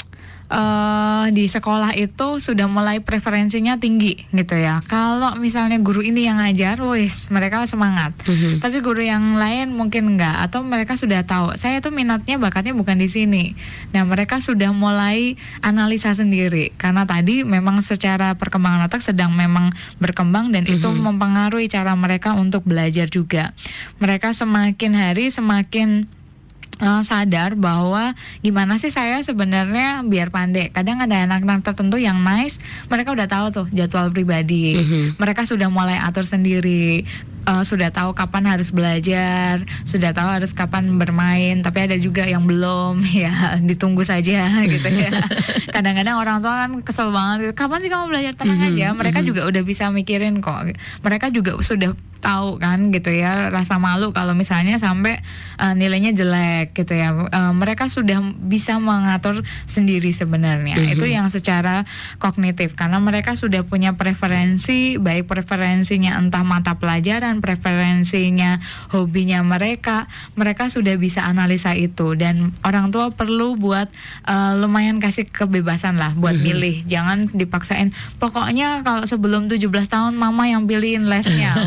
di sekolah itu sudah mulai preferensinya tinggi gitu ya. Kalau misalnya guru ini yang ngajar, wis mereka semangat. Tapi guru yang lain mungkin enggak, atau mereka sudah tahu saya tuh minatnya bakatnya bukan di sini. Nah, mereka sudah mulai analisa sendiri karena tadi memang secara perkembangan otak sedang memang berkembang dan itu mempengaruhi cara mereka untuk belajar juga. Mereka semakin hari semakin sadar bahwa gimana sih saya sebenarnya biar pandai. Kadang ada anak-anak tertentu yang nice, mereka udah tahu tuh jadwal pribadi, mereka sudah mulai atur sendiri, sudah tahu kapan harus belajar, sudah tahu harus kapan bermain. Tapi ada juga yang belum, ya ditunggu saja gitu ya. Kadang-kadang orang tua kan kesel banget, kapan sih kamu belajar, tenang aja. Mereka juga udah bisa mikirin kok, mereka juga sudah tahu kan gitu ya, rasa malu kalau misalnya sampai nilainya jelek gitu ya. Mereka sudah bisa mengatur sendiri sebenarnya. Itu yang secara kognitif karena mereka sudah punya preferensi, baik preferensinya entah mata pelajaran, preferensinya hobinya mereka sudah bisa analisa itu. Dan orang tua perlu buat lumayan kasih kebebasan lah buat milih, jangan dipaksain pokoknya kalau sebelum 17 tahun mama yang pilihin lesnya. Waduh,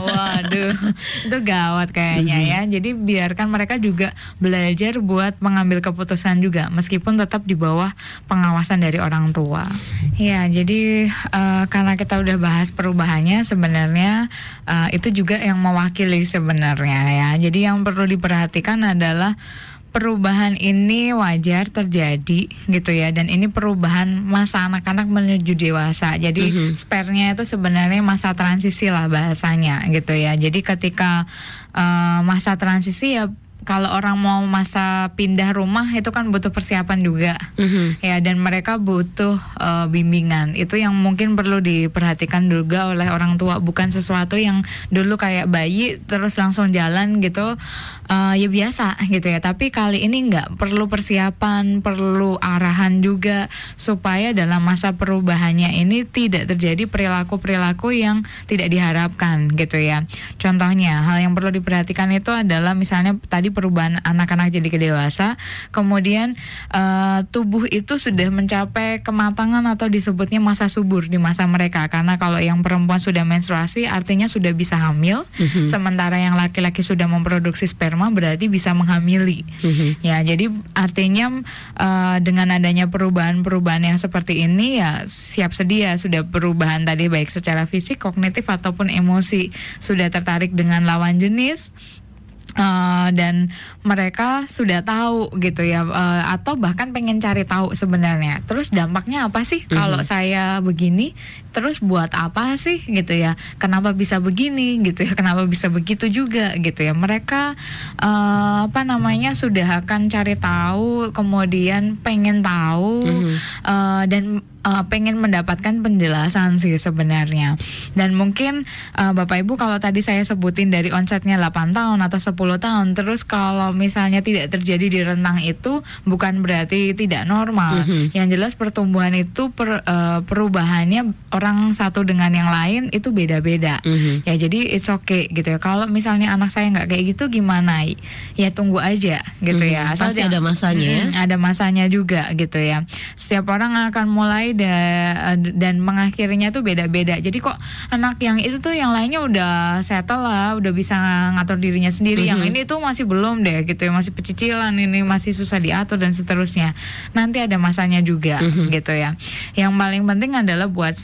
Waduh, itu gawat kayaknya ya. Jadi biarkan mereka juga belajar buat mengambil keputusan juga, meskipun tetap di bawah pengawasan dari orang tua. Ya, jadi karena kita udah bahas perubahannya, sebenarnya itu juga yang mewakili sebenarnya ya. Jadi yang perlu diperhatikan adalah perubahan ini wajar terjadi gitu ya, dan ini perubahan masa anak-anak menuju dewasa. Jadi spare-nya itu sebenarnya masa transisi lah bahasanya gitu ya. Jadi ketika masa transisi ya, kalau orang mau masa pindah rumah itu kan butuh persiapan juga ya, dan mereka butuh bimbingan. Itu yang mungkin perlu diperhatikan juga oleh orang tua, bukan sesuatu yang dulu kayak bayi terus langsung jalan gitu. Ya biasa gitu ya, tapi kali ini enggak, perlu persiapan, perlu arahan juga supaya dalam masa perubahannya ini tidak terjadi perilaku-perilaku yang tidak diharapkan gitu ya. Contohnya, hal yang perlu diperhatikan itu adalah misalnya tadi perubahan anak-anak jadi ke dewasa, kemudian tubuh itu sudah mencapai kematangan atau disebutnya masa subur di masa mereka, karena kalau yang perempuan sudah menstruasi artinya sudah bisa hamil, sementara yang laki-laki sudah memproduksi sperma berarti bisa menghamili. Ya, jadi artinya dengan adanya perubahan-perubahan yang seperti ini ya siap sedia, sudah perubahan tadi baik secara fisik, kognitif ataupun emosi, sudah tertarik dengan lawan jenis. Dan mereka sudah tahu gitu ya, atau bahkan pengen cari tahu sebenarnya. Terus dampaknya apa sih kalau saya begini? Terus buat apa sih gitu ya? Kenapa bisa begini gitu ya? Kenapa bisa begitu juga gitu ya? Mereka sudah akan cari tahu, kemudian pengen tahu dan pengen mendapatkan penjelasan sih sebenarnya. Dan mungkin Bapak Ibu, kalau tadi saya sebutin dari onsetnya 8 tahun atau 10 tahun, terus kalau misalnya tidak terjadi di rentang itu bukan berarti tidak normal. Yang jelas pertumbuhan itu perubahannya orang satu dengan yang lain itu beda-beda. Ya, jadi it's okay gitu ya. Kalau misalnya anak saya nggak kayak gitu gimana? Ya tunggu aja gitu ya. Asal pasti ada masanya ya. Ada masanya juga gitu ya. Setiap orang akan mulai dan mengakhirinya tuh beda-beda. Jadi kok anak yang itu tuh yang lainnya udah settle lah, udah bisa ngatur dirinya sendiri, yang ini tuh masih belum deh gitu ya, masih pecicilan, ini masih susah diatur dan seterusnya. Nanti ada masanya juga gitu ya. Yang paling penting adalah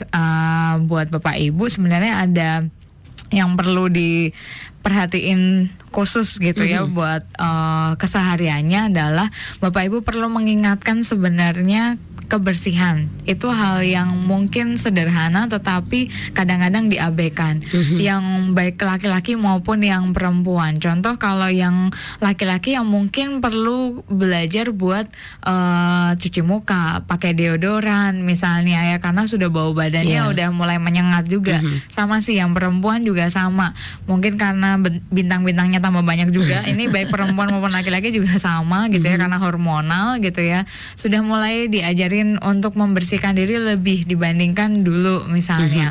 buat Bapak Ibu sebenarnya ada yang perlu diperhatiin khusus gitu ya buat kesehariannya, adalah Bapak Ibu perlu mengingatkan sebenarnya kebersihan. Itu hal yang mungkin sederhana tetapi kadang-kadang diabaikan. Yang baik laki-laki maupun yang perempuan. Contoh kalau yang laki-laki yang mungkin perlu belajar buat cuci muka, pakai deodoran misalnya ya, karena sudah bau badannya udah mulai menyengat juga. Sama sih yang perempuan juga sama. Mungkin karena bintang-bintangnya tambah banyak juga. Ini baik perempuan maupun laki-laki juga sama gitu ya, karena hormonal gitu ya. Sudah mulai diajari untuk membersihkan diri lebih dibandingkan dulu misalnya.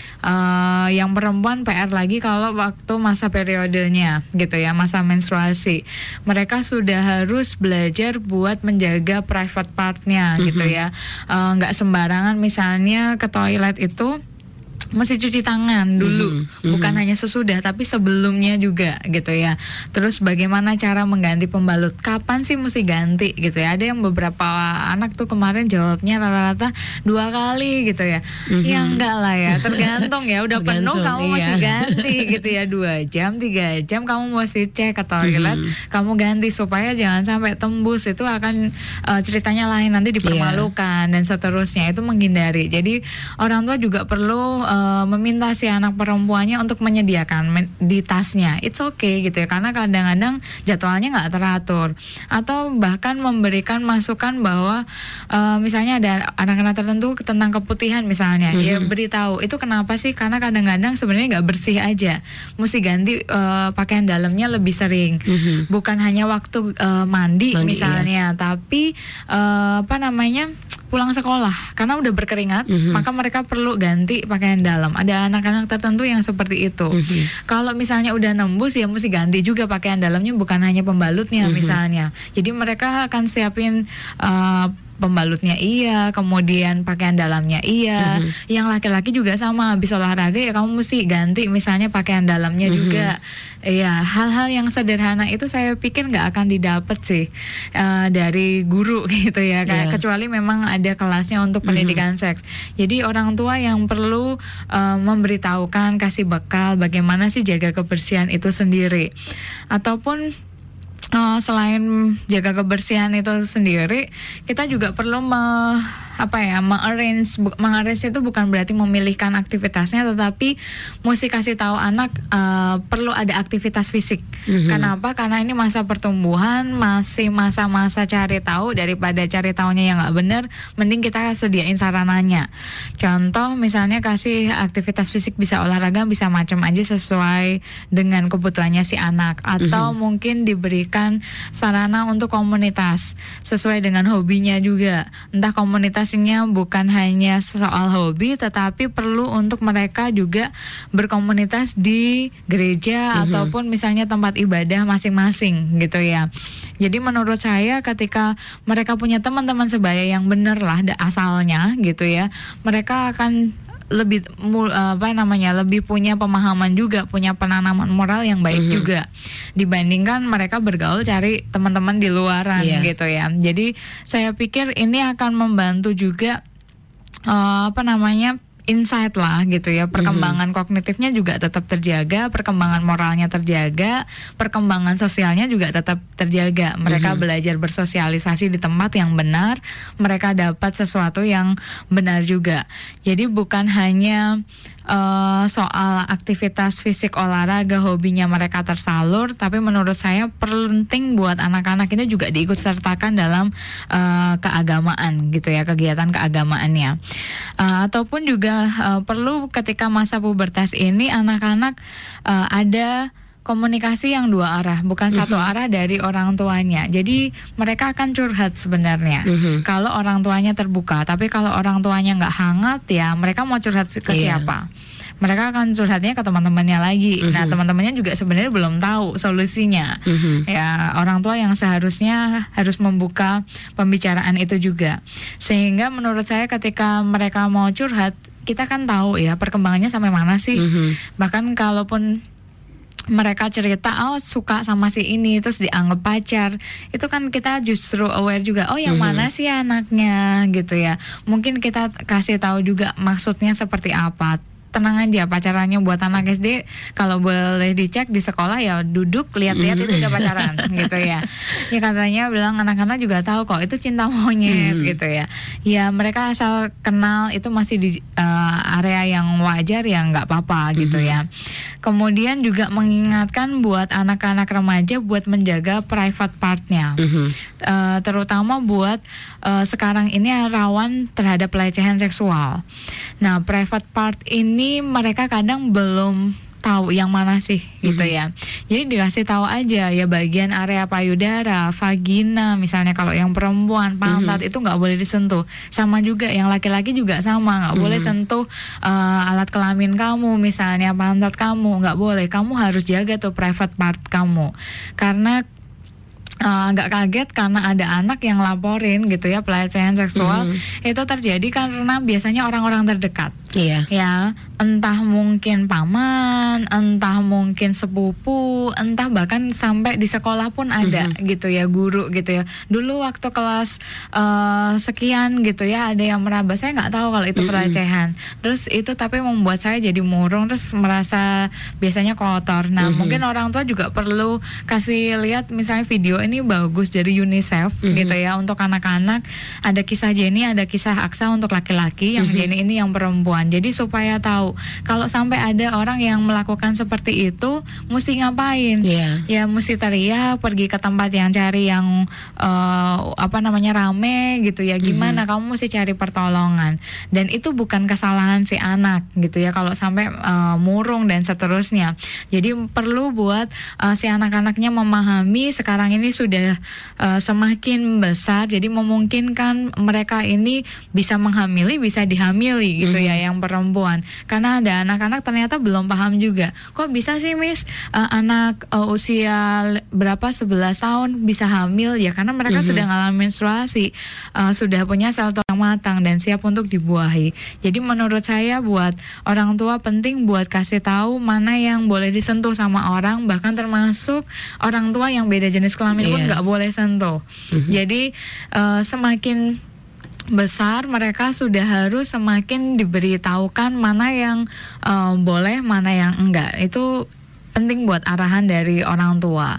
Yang perempuan PR lagi kalau waktu masa periodenya gitu ya, masa menstruasi, mereka sudah harus belajar buat menjaga private partnya gitu ya. Nggak sembarangan misalnya ke toilet itu mesti cuci tangan dulu, bukan hanya sesudah tapi sebelumnya juga gitu ya. Terus bagaimana cara mengganti pembalut, kapan sih mesti ganti gitu ya. Ada yang beberapa anak tuh kemarin jawabnya rata-rata 2 kali gitu ya. Ya enggak lah ya, tergantung ya, udah penuh kamu mesti ganti gitu ya. 2 jam, 3 jam kamu mesti cek ke toilet, kamu ganti supaya jangan sampai tembus. Itu akan ceritanya lain, nanti dipermalukan dan seterusnya. Itu menghindari. Jadi orang tua juga perlu meminta si anak perempuannya untuk menyediakan di tasnya. It's okay gitu ya, karena kadang-kadang jadwalnya nggak teratur, atau bahkan memberikan masukan bahwa misalnya ada anak-anak tertentu tentang keputihan misalnya, ya beritahu itu kenapa sih, karena kadang-kadang sebenarnya nggak bersih aja, mesti ganti pakaian dalamnya lebih sering, bukan hanya waktu mandi misalnya, tapi pulang sekolah karena udah berkeringat, maka mereka perlu ganti pakaian dalam. Ada anak-anak tertentu yang seperti itu. Kalau misalnya udah nembus ya mesti ganti juga pakaian dalamnya, bukan hanya pembalutnya misalnya. Jadi mereka akan siapin pembalutnya iya, kemudian pakaian dalamnya iya. Yang laki-laki juga sama, habis olahraga ya kamu mesti ganti misalnya pakaian dalamnya juga. Iya, hal-hal yang sederhana itu saya pikir nggak akan didapat sih dari guru gitu ya, kecuali memang ada kelasnya untuk pendidikan seks. Jadi orang tua yang perlu memberitahukan, kasih bekal bagaimana sih jaga kebersihan itu sendiri. Ataupun selain jaga kebersihan itu sendiri, kita juga perlu mengarrange itu bukan berarti memilihkan aktivitasnya, tetapi mesti kasih tahu anak perlu ada aktivitas fisik. Kenapa? Karena ini masa pertumbuhan, masih masa-masa cari tahu. Daripada cari tahunya yang nggak benar, mending kita sediain sarananya. Contoh misalnya kasih aktivitas fisik, bisa olahraga, bisa macam aja sesuai dengan kebutuhannya si anak. Atau mungkin diberikan sarana untuk komunitas sesuai dengan hobinya juga. Entah komunitasnya bukan hanya soal hobi, tetapi perlu untuk mereka juga berkomunitas di gereja ataupun misalnya tempat ibadah masing-masing gitu ya. Jadi menurut saya ketika mereka punya teman-teman sebaya yang benar lah asalnya gitu ya, mereka akan lebih lebih punya pemahaman juga, punya penanaman moral yang baik juga dibandingkan mereka bergaul cari teman-teman di luaran gitu ya. Jadi saya pikir ini akan membantu juga insight lah gitu ya, perkembangan kognitifnya juga tetap terjaga, perkembangan moralnya terjaga, perkembangan sosialnya juga tetap terjaga. Mereka belajar bersosialisasi di tempat yang benar, mereka dapat sesuatu yang benar juga. Jadi bukan hanya soal aktivitas fisik, olahraga, hobinya mereka tersalur, tapi menurut saya penting buat anak-anak ini juga diikut sertakan dalam keagamaan gitu ya, kegiatan keagamaannya. Ataupun juga perlu ketika masa pubertas ini anak-anak ada komunikasi yang dua arah, bukan satu arah dari orang tuanya. Jadi mereka akan curhat sebenarnya kalau orang tuanya terbuka. Tapi kalau orang tuanya nggak hangat ya, mereka mau curhat ke siapa? Mereka akan curhatnya ke teman-temannya lagi. Nah, teman-temannya juga sebenarnya belum tahu solusinya. Ya, orang tua yang seharusnya harus membuka pembicaraan itu juga. Sehingga menurut saya ketika mereka mau curhat, kita kan tahu ya perkembangannya sampai mana sih. Bahkan kalaupun mereka cerita suka sama si ini terus dianggap pacar, itu kan kita justru aware juga, yang mana sih anaknya gitu ya. Mungkin kita kasih tahu juga maksudnya seperti apa. Tenang aja, pacarannya buat anak SD kalau boleh dicek di sekolah ya duduk lihat-lihat itu udah pacaran gitu ya. Ya katanya bilang anak-anak juga tahu kok itu cinta monyet gitu ya. Ya mereka asal kenal itu masih di area yang wajar ya nggak apa-apa gitu ya. Kemudian juga mengingatkan buat anak-anak remaja buat menjaga private partnya, terutama buat sekarang ini rawan terhadap pelecehan seksual. Nah, private part ini mereka kadang belum tahu yang mana sih gitu ya. Jadi dikasih tahu aja ya bagian area payudara, vagina misalnya kalau yang perempuan, pantat itu nggak boleh disentuh. Sama juga yang laki-laki juga sama, nggak boleh sentuh alat kelamin kamu misalnya pantat kamu, nggak boleh. Kamu harus jaga tuh private part kamu. Karena agak kaget karena ada anak yang laporin gitu ya pelecehan seksual itu terjadi karena biasanya orang-orang terdekat. Ya, entah mungkin paman, entah mungkin sepupu, entah bahkan sampai di sekolah pun ada gitu ya, guru gitu ya. Dulu waktu kelas sekian gitu ya ada yang meraba, saya nggak tahu kalau itu pelecehan. Terus itu tapi membuat saya jadi murung, terus merasa biasanya kotor. Nah, mungkin orang tua juga perlu kasih lihat misalnya video ini bagus dari UNICEF gitu ya untuk anak-anak. Ada kisah Jenny, ada kisah Aksa untuk laki-laki, yang Jenny ini yang perempuan. Jadi supaya tahu kalau sampai ada orang yang melakukan seperti itu mesti ngapain. Ya mesti teriak, pergi ke tempat yang cari yang rame gitu ya. Gimana kamu mesti cari pertolongan. Dan itu bukan kesalahan si anak gitu ya kalau sampai murung dan seterusnya. Jadi perlu buat si anak-anaknya memahami sekarang ini sudah semakin besar, jadi memungkinkan mereka ini bisa menghamili, bisa dihamili gitu ya. Yang yang perempuan. Karena ada anak-anak ternyata belum paham juga. Kok bisa sih Miss anak usia berapa 11 tahun bisa hamil? Ya karena mereka sudah ngalamin menstruasi, sudah punya sel telur yang matang dan siap untuk dibuahi. Jadi menurut saya buat orang tua penting buat kasih tahu mana yang boleh disentuh sama orang, bahkan termasuk orang tua yang beda jenis kelamin pun nggak boleh sentuh. Jadi semakin besar mereka sudah harus semakin diberitahukan mana yang boleh, mana yang enggak. Itu penting buat arahan dari orang tua.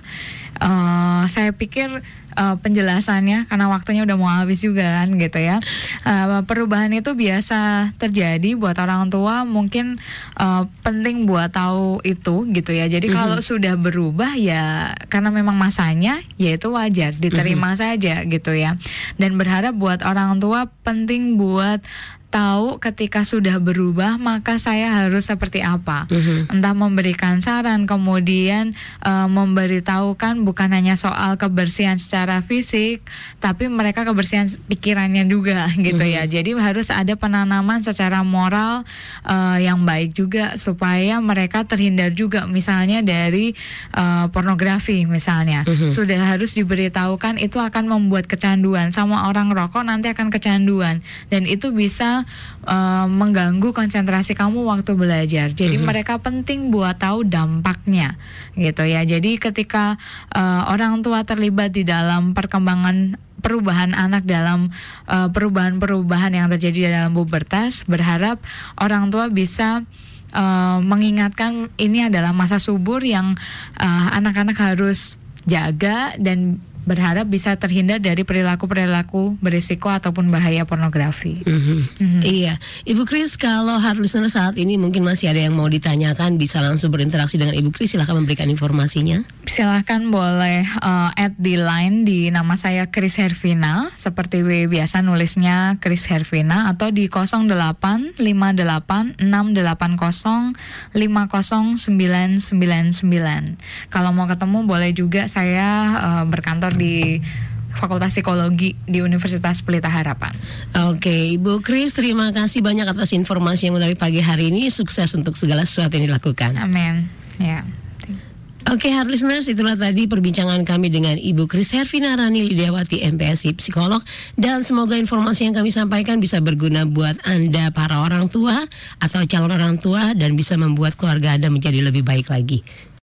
Saya pikir penjelasannya karena waktunya udah mau habis juga kan gitu ya. Perubahan itu biasa terjadi buat orang tua, mungkin penting buat tahu itu gitu ya. Jadi kalau sudah berubah ya karena memang masanya, ya itu wajar, diterima saja gitu ya. Dan berharap buat orang tua penting buat tahu ketika sudah berubah maka saya harus seperti apa. Entah memberikan saran, kemudian memberitahukan bukan hanya soal kebersihan secara fisik, tapi mereka kebersihan pikirannya juga gitu ya. Jadi harus ada penanaman secara moral yang baik juga supaya mereka terhindar juga misalnya dari pornografi misalnya. Sudah harus diberitahukan itu akan membuat kecanduan, sama orang rokok nanti akan kecanduan dan itu bisa mengganggu konsentrasi kamu waktu belajar. Jadi mereka penting buat tahu dampaknya gitu ya. Jadi ketika orang tua terlibat di dalam perkembangan perubahan anak dalam perubahan-perubahan yang terjadi di dalam pubertas, berharap orang tua bisa mengingatkan ini adalah masa subur yang anak-anak harus jaga dan berharap bisa terhindar dari perilaku-perilaku berisiko ataupun bahaya pornografi. Iya, Ibu Kris, kalau hard listener saat ini mungkin masih ada yang mau ditanyakan, bisa langsung berinteraksi dengan Ibu Kris. Silahkan memberikan informasinya. Silahkan boleh add di line di nama saya Kris Hervina, seperti biasa nulisnya Kris Hervina, atau di 085860509999. Kalau mau ketemu boleh juga, saya berkantor di Fakultas Psikologi di Universitas Pelita Harapan. Oke, Ibu Kris, terima kasih banyak atas informasi yang menarik pagi hari ini. Sukses untuk segala sesuatu yang dilakukan. Amin. Ya. Oke, hard listeners, itulah tadi perbincangan kami dengan Ibu Kris Hervina Rani Lidiawati, MPSI Psikolog, dan semoga informasi yang kami sampaikan bisa berguna buat Anda para orang tua atau calon orang tua dan bisa membuat keluarga Anda menjadi lebih baik lagi.